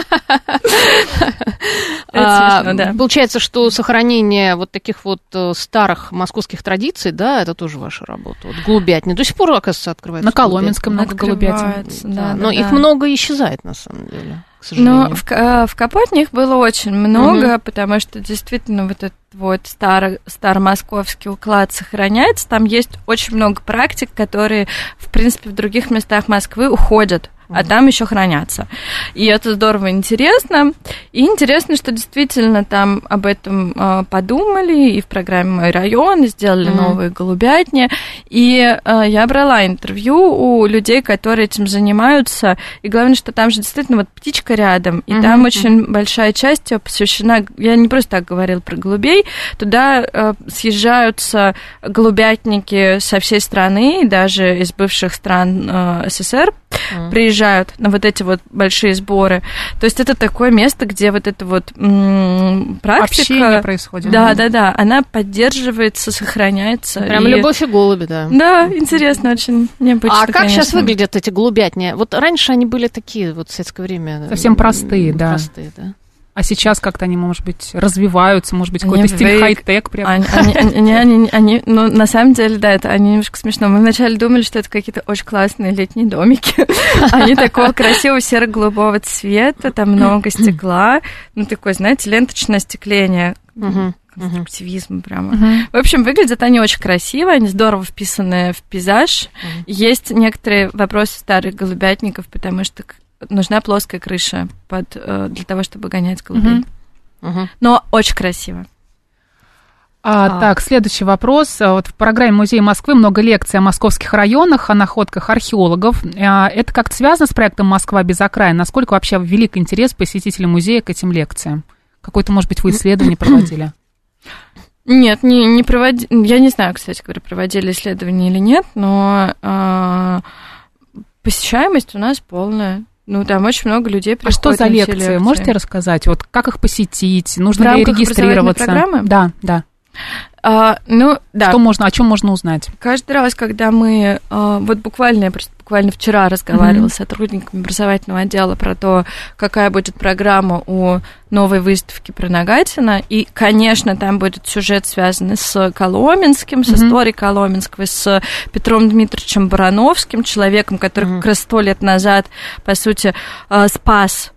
Это смешно, да. Получается, что сохранение вот таких вот старых московских традиций, да, это тоже ваша работа. Вот голубятни до сих пор, оказывается, открывается. На Коломенском много голубятин. Да, но их много исчезает, на самом деле. сожалению. Ну, в, в Капотне их было очень много, угу. потому что действительно вот этот вот старо, старомосковский уклад сохраняется. Там есть очень много практик, которые, в принципе, в других местах Москвы уходят, а там еще хранятся. И это здорово интересно. И интересно, что действительно там об этом э, подумали, и в программе «Мой район», и сделали mm-hmm. новые голубятни. И э, я брала интервью у людей, которые этим занимаются. И главное, что там же действительно вот птичка рядом, и mm-hmm. там очень большая часть ее посвящена... Я не просто так говорила про голубей. Туда э, съезжаются голубятники со всей страны, даже из бывших стран э, СССР, mm-hmm. приезжают на вот эти вот большие сборы. То есть это такое место, где вот эта вот м- практика... Общение происходит. Да, да, да. Она поддерживается, сохраняется. Прям и... любовь и голуби, да. Да, интересно, очень необычно, А как конечно. сейчас выглядят эти голубятни? Вот раньше они были такие, вот в советское время... Совсем простые, да. Простые, да. А сейчас как-то они, может быть, развиваются, может быть, какой-то стиль вы... хай-тек прям. Они, они, они, они, они, ну, на самом деле, да, это они немножко смешно. Мы вначале думали, что это какие-то очень классные летние домики. Они такого красивого серо-голубого цвета, там много стекла. Ну, такое, знаете, ленточное остекление. Конструктивизм прямо. Uh-huh. В общем, выглядят они очень красиво, они здорово вписаны в пейзаж. Uh-huh. Есть некоторые вопросы старых голубятников, потому что нужна плоская крыша под, для того, чтобы гонять голубей. Uh-huh. Uh-huh. Но очень красиво. А, а. Так, следующий вопрос. Вот в программе Музея Москвы много лекций о московских районах, о находках археологов. Это как-то связано с проектом «Москва без окраин»? Насколько вообще велик интерес посетителей музея к этим лекциям? Какое-то, может быть, вы исследование проводили? Нет, не, не проводили. Я не знаю, кстати говоря, проводили исследования или нет, но э, посещаемость у нас полная. Ну, там очень много людей приходит. А что за лекции? лекции? Можете рассказать? Вот как их посетить? Нужно в ли регистрироваться? Программы? Да, да. А, ну, да. Что можно, о чем можно узнать? Каждый раз, когда мы, а, вот буквально, я просто буквально вчера разговаривала mm-hmm. с сотрудниками образовательного отдела про то, какая будет программа у новой выставки про Нагатина, и, конечно, там будет сюжет, связанный с Коломенским, с mm-hmm. историей Коломенского, с Петром Дмитриевичем Барановским, человеком, который mm-hmm. как раз сто лет назад, по сути, спас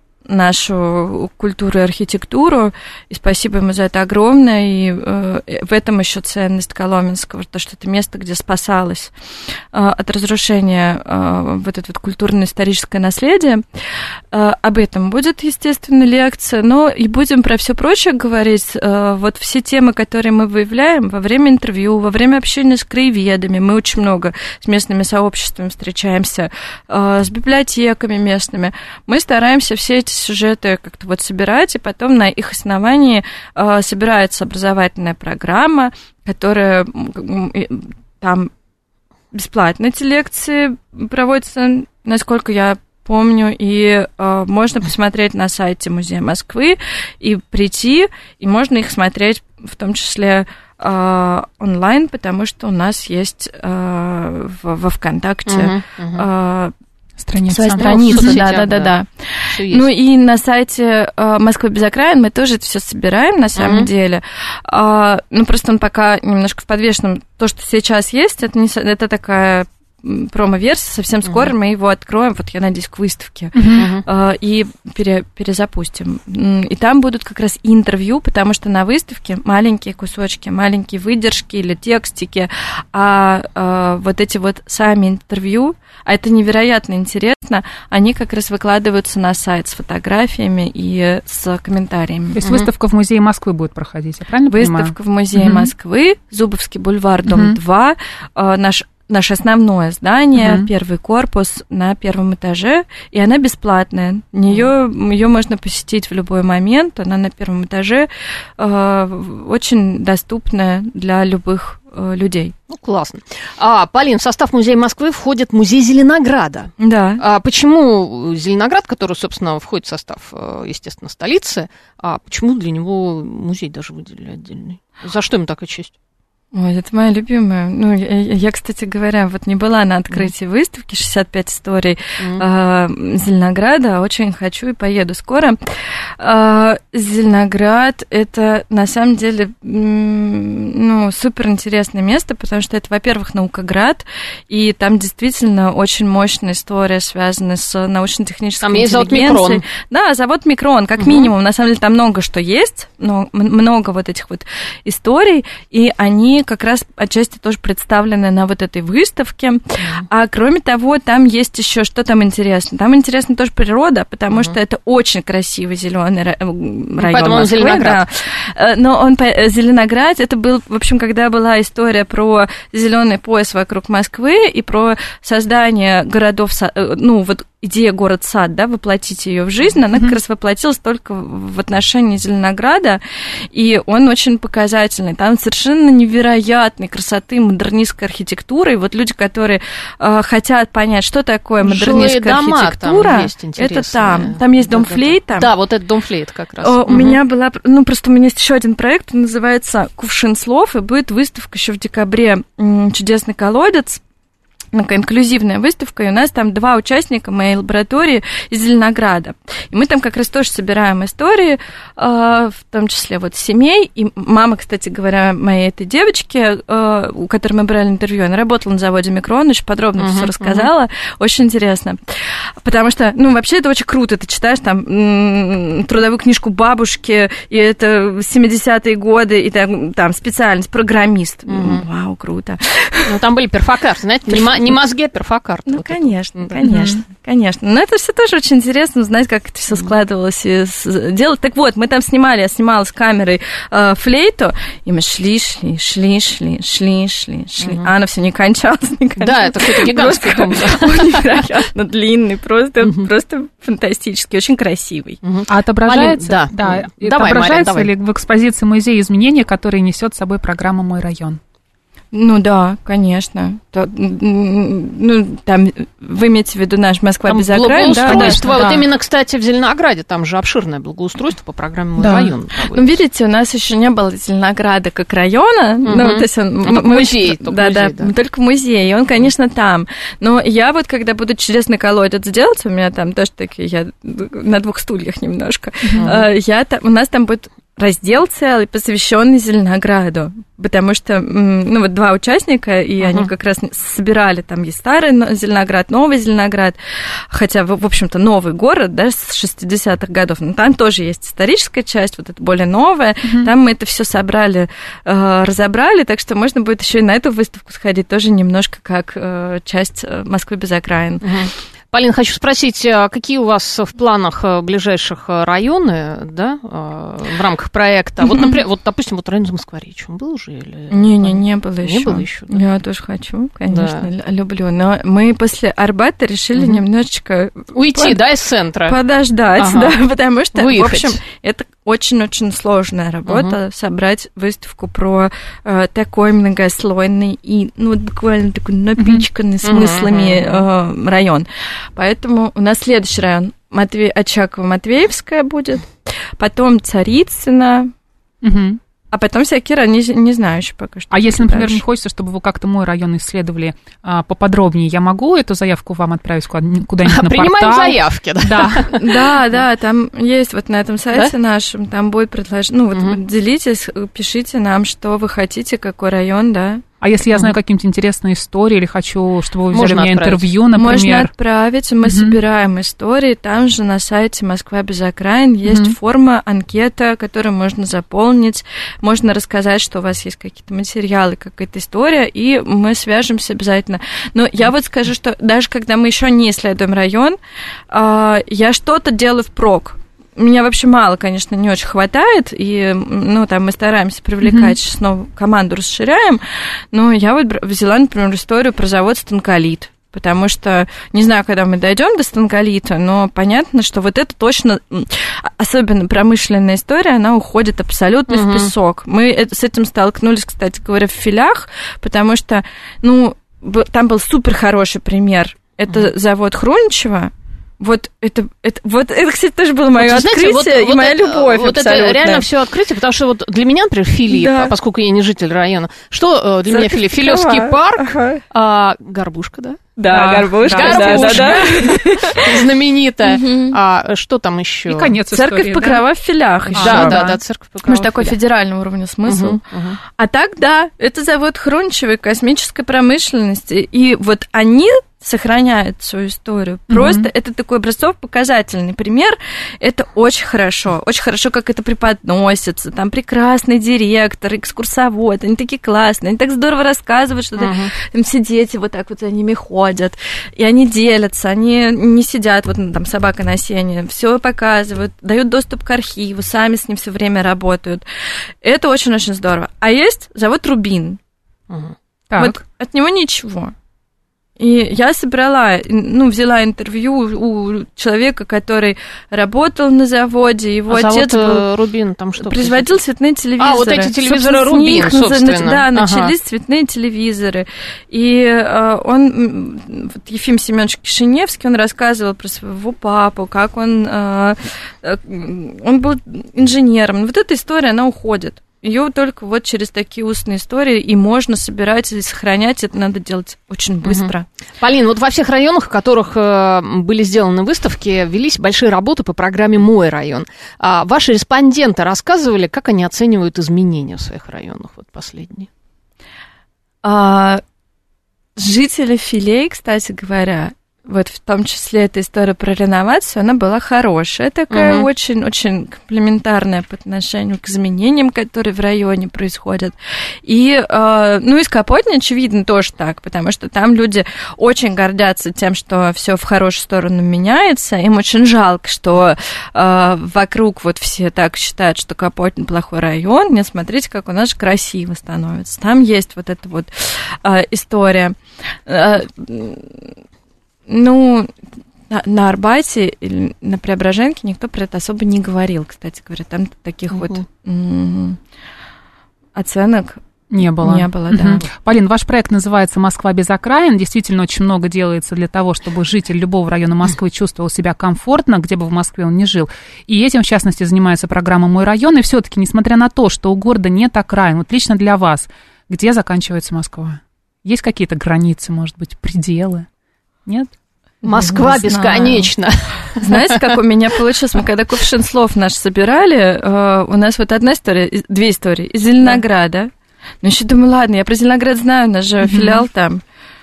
нашу культуру и архитектуру, и спасибо ему за это огромное, и э, в этом еще ценность Коломенского, то, что это место, где спасалось э, от разрушения э, вот это вот культурно-историческое наследие. Э, об этом будет, естественно, лекция, но и будем про все прочее говорить. Э, вот все темы, которые мы выявляем во время интервью, во время общения с краеведами, мы очень много с местными сообществами встречаемся, э, с библиотеками местными, мы стараемся все эти сюжеты как-то вот собирать, и потом на их основании э, собирается образовательная программа, которая э, там бесплатно эти лекции проводятся, насколько я помню, и э, можно посмотреть на сайте Музея Москвы и прийти, и можно их смотреть в том числе э, онлайн, потому что у нас есть э, в, во ВКонтакте uh-huh, uh-huh. Э, Страница. Своя страница, ну, да, да, да, да. Ну и на сайте э, Москвы без окраин мы тоже это все собираем, на самом uh-huh. деле. А, ну просто он пока немножко в подвешенном. То, что сейчас есть, это, не, это такая промо-версия, совсем скоро uh-huh. мы его откроем, вот я надеюсь, к выставке, uh-huh. э, и пере, перезапустим. И там будут как раз интервью, потому что на выставке маленькие кусочки, маленькие выдержки или текстики, а э, вот эти вот сами интервью, а это невероятно интересно, они как раз выкладываются на сайт с фотографиями и с комментариями. То есть uh-huh. выставка в Музее Москвы будет проходить, я правильно понимаю? Выставка в Музее uh-huh. Москвы, Зубовский бульвар, дом uh-huh. два, э, наш Наше основное здание, uh-huh. первый корпус на первом этаже, и она бесплатная. Ее, ее можно посетить в любой момент, она на первом этаже э, очень доступная для любых э, людей. Ну, классно. А, Полин, в состав Музея Москвы входит музей Зеленограда. Да. А почему Зеленоград, который, собственно, входит в состав, естественно, столицы, а почему для него музей даже выделили отдельный? За что ему такая честь? Ой, это моя любимая. Ну, я, я, кстати говоря, вот не была на открытии mm. выставки шестьдесят пять историй mm. э, Зеленограда. Очень хочу и поеду скоро. Э, Зеленоград – это, на самом деле, ну, супер интересное место, потому что это, во-первых, наукоград, и там действительно очень мощная история, связанная с научно-технической интеллигенцией. Там есть завод Микрон. Да, завод Микрон, как mm-hmm. минимум. На самом деле, там много что есть, но много вот этих вот историй, и они как раз отчасти тоже представлены на вот этой выставке. Mm-hmm. А кроме того, там есть еще, что там интересно? Там интересна тоже природа, потому mm-hmm. что это очень красивый зеленый район. Поэтому он Москвы, Зеленоград. Да. Но он Зеленоград, это был, в общем, когда была история про зеленый пояс вокруг Москвы и про создание городов, ну, вот идея город-сад, да, воплотить ее в жизнь, она mm-hmm. как раз воплотилась только в отношении Зеленограда, и он очень показательный. Там совершенно невероятной красоты модернистской архитектуры. И вот люди, которые э, хотят понять, что такое модернистская архитектура, там это там. Там есть дом да, флейта. Да, да, вот это дом флейт как раз. Э, у угу. меня была, ну, просто у меня есть еще один проект, он называется «Кувшин слов», и будет выставка еще в декабре «Чудесный колодец». Такая инклюзивная выставка, и у нас там два участника моей лаборатории из Зеленограда. И мы там как раз тоже собираем истории, э, в том числе вот семей. И мама, кстати говоря, моей этой девочки, э, у которой мы брали интервью, она работала на заводе Микрон, очень подробно uh-huh, все рассказала. Uh-huh. Очень интересно. Потому что, ну, вообще это очень круто. Ты читаешь там м- трудовую книжку бабушки, и это семидесятые годы, и там, там специальность программист. Uh-huh. Вау, круто. Ну, там были перфокарты, знаете, не, не мозги, а перфокарты. Ну, вот конечно, это. конечно, mm-hmm. конечно. Но это все тоже очень интересно, узнать, как это все складывалось и делать. Так вот, мы там снимали, я снимала с камерой э, флейту, и мы шли, шли, шли, шли, шли, шли, шли. Mm-hmm. А она все не кончалась, не кончалась. Да, это какой-то гигантский дом. Невероятно длинный, просто, mm-hmm. просто фантастический, очень красивый. Mm-hmm. А отображается, да, да, mm-hmm. давай, отображается Мария, ли в экспозиции музея изменения, которые несет с собой программа «Мой район»? Ну да, конечно. То, ну, там, вы имеете в виду наш Москва без окраин, да? Благоустройство. Да, вот да. именно, кстати, в Зеленограде, там же обширное благоустройство по программе «Мой да. район». Ну, видите, у нас еще не было Зеленограда как района. Угу. Ну, то есть он, мы, музей, мы, да, музей, да, да, только музей, и он, конечно, там. Но я вот, когда буду чудесный колодец делать, у меня там тоже такие, я на двух стульях немножко, угу. я, у нас там будет раздел целый, посвященный Зеленограду, потому что, ну, вот два участника, и uh-huh. они как раз собирали, там есть старый Зеленоград, новый Зеленоград, хотя, в общем-то, новый город, да, с шестидесятых годов, но там тоже есть историческая часть, вот это более новая, uh-huh. там мы это все собрали, э, разобрали, так что можно будет еще и на эту выставку сходить, тоже немножко как э, часть Москвы без окраин. Uh-huh. Полин, хочу спросить, какие у вас в планах ближайших районы, да, в рамках проекта? Вот, например, вот, допустим, вот район Замоскворечья, он был уже или... Не-не, не было еще. Не было еще, да? Я тоже хочу, конечно, да. люблю. Но мы после Арбата решили угу. немножечко... Уйти, под... да, из центра? Подождать, ага. да, потому что, Выехать. в общем, это очень-очень сложная работа, угу. собрать выставку про э, такой многослойный и, ну, вот буквально такой напичканный угу. смыслами э, район. Поэтому у нас следующий район Матве... Очаково-Матвеевская будет, потом Царицыно, угу. а потом всякие районы, не, не знаю еще пока что. А если, например, дальше. Мне хочется, чтобы вы как-то мой район исследовали а, поподробнее, я могу эту заявку вам отправить куда-нибудь на Принимаем портал? заявки, да? Да. да, да, там есть вот на этом сайте да? нашем, там будет предложение, ну вот угу. делитесь, пишите нам, что вы хотите, какой район, да. А если я знаю mm-hmm. какие-нибудь интересные истории или хочу, чтобы вы взяли Можно у меня отправить. интервью, например? Можно отправить, мы mm-hmm. собираем истории, там же на сайте Москва без окраин есть mm-hmm. форма, анкета, которую можно заполнить, можно рассказать, что у вас есть какие-то материалы, какая-то история, и мы свяжемся обязательно. Но mm-hmm. я вот скажу, что даже когда мы еще не исследуем район, я что-то делаю впрок. Меня вообще мало, конечно, не очень хватает, и, ну, там мы стараемся привлекать, mm-hmm. снова команду расширяем, но я вот взяла, например, историю про завод «Станколит», потому что, не знаю, когда мы дойдем до «Станколита», но понятно, что вот это точно, особенно промышленная история, она уходит абсолютно mm-hmm. в песок. Мы с этим столкнулись, кстати говоря, в Филях, потому что, ну, там был супер хороший пример, это mm-hmm. завод Хруничева, Вот это, это, вот это, кстати, тоже было мое вот, открытие знаете, вот, и вот моя это, любовь. Вот абсолютно. Это реально все открытие, потому что вот для меня, например, Филипп, да. поскольку я не житель района, что для Церковь меня Филипп? Филевский парк, ага. а, горбушка, да? Да, а, горбушка, горбушка. Да, да, да. знаменитая. А что там еще? И конец Церковь истории, Покрова да? в Филях еще. Да, да, да, Церковь Покрова. Может, такой федерального уровня смысл. Угу, угу. А так, да, это завод Хрунчевой космической промышленности. И вот они сохраняют свою историю. Просто mm-hmm. это такой образцово-показательный пример. Это очень хорошо. Очень хорошо, как это преподносится. Там прекрасный директор, экскурсовод. Они такие классные. Они так здорово рассказывают, что mm-hmm. там все дети вот так вот за ними ходят. И они делятся. Они не сидят, вот там собака на сене. Все показывают, дают доступ к архиву, сами с ним все время работают. Это очень-очень здорово. А есть завод Рубин. Mm-hmm. Вот от него ничего. И я собрала, ну, взяла интервью у человека, который работал на заводе, его а отец завод был, Рубин, там что? производил цветные телевизоры. А, вот эти телевизоры собственно, Рубин, них, собственно. Да, ага. начались цветные телевизоры. И э, он, вот Ефим Семенович Кишиневский, он рассказывал про своего папу, как он, э, он был инженером. Вот эта история, она уходит. Ее только вот через такие устные истории и можно собирать и сохранять. Это надо делать очень быстро. Угу. Полин, вот во всех районах, в которых э, были сделаны выставки, велись большие работы по программе «Мой район». А ваши респонденты рассказывали, как они оценивают изменения в своих районах, вот последние? А, жители Филей, кстати говоря, вот в том числе эта история про реновацию, она была хорошая, такая очень-очень uh-huh. комплементарная по отношению к изменениям, которые в районе происходят. И, э, ну, из Капотни, очевидно, тоже так, потому что там люди очень гордятся тем, что все в хорошую сторону меняется. Им очень жалко, что э, вокруг вот все так считают, что Капотни плохой район. Не смотрите, как у нас же красиво становится. Там есть вот эта вот э, история. Э, Ну, на, на Арбате или на Преображенке никто про это особо не говорил, кстати говоря. Там таких угу. вот м- оценок не было. Не было, угу. да. Полин, ваш проект называется «Москва без окраин». Действительно, очень много делается для того, чтобы житель любого района Москвы чувствовал себя комфортно, где бы в Москве он ни жил. И этим, в частности, занимается программа «Мой район». И все-таки, несмотря на то, что у города нет окраин, вот лично для вас, где заканчивается Москва? Есть какие-то границы, может быть, пределы? Нет? Москва не бесконечна. Знаете, как у меня получилось? Мы когда кувшин слов наш собирали, у нас вот одна история, две истории из Зеленограда. Ну, еще думаю, ладно, я про Зеленоград знаю, у нас же филиал там.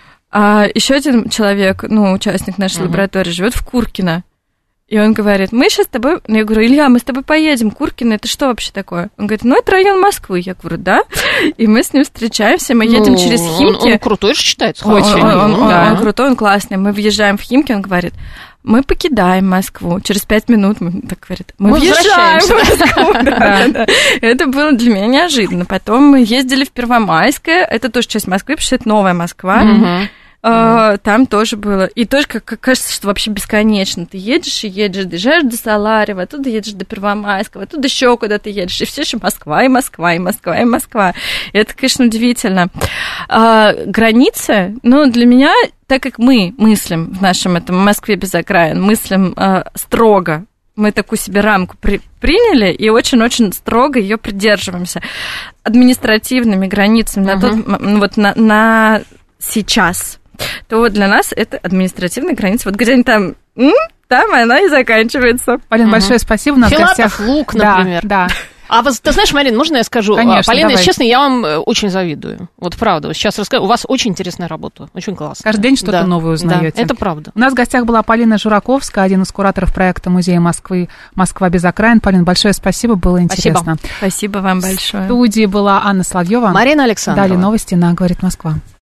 А еще один человек, ну, участник нашей лаборатории, живет в Куркино. И он говорит, мы сейчас с тобой... Ну, я говорю, Илья, мы с тобой поедем, Куркино, это что вообще такое? Он говорит, ну, это район Москвы. Я говорю, да. И мы с ним встречаемся, мы едем ну, через Химки. Он, он крутой же считается. Очень. Он, он, он, да. он крутой, он классный. Мы въезжаем в Химки, он говорит, мы покидаем Москву. Через пять минут, мы, так говорит, мы, мы въезжаем в Москву. Да, да. Это было для меня неожиданно. Потом мы ездили в Первомайское, это тоже часть Москвы, потому что это новая Москва. Угу. Uh, там тоже было. И тоже, как, как кажется, что вообще бесконечно. Ты едешь и едешь, доезжаешь до Саларева, оттуда едешь до Первомайского, оттуда еще куда-то едешь. И все еще Москва, и Москва, и Москва, и Москва. И это, конечно, удивительно. Uh, границы, ну, для меня, так как мы мыслим в нашем этом Москве без окраин, мыслим uh, строго, мы такую себе рамку при, приняли и очень-очень строго ее придерживаемся. Административными границами uh-huh. на, тот, вот, на, на сейчас. То для нас это административная граница. Вот где они там, там она и заканчивается. Полин, угу. большое спасибо. У нас Филатов гостях... Лук, например. Да, да. А вот, ты знаешь, Марин, можно я скажу? Конечно, Полина, давай. честно, я вам очень завидую. Вот правда. Сейчас расскажу. У вас очень интересная работа. Очень классно. Каждый день что-то да. новое узнаете. Да, это правда. У нас в гостях была Полина Жураковская, один из кураторов проекта Музея Москвы «Москва без окраин». Полин, большое спасибо, было интересно. Спасибо, спасибо вам большое. В студии была Анна Соловьева. Марина Александрова. Далее новости на «Говорит Москва».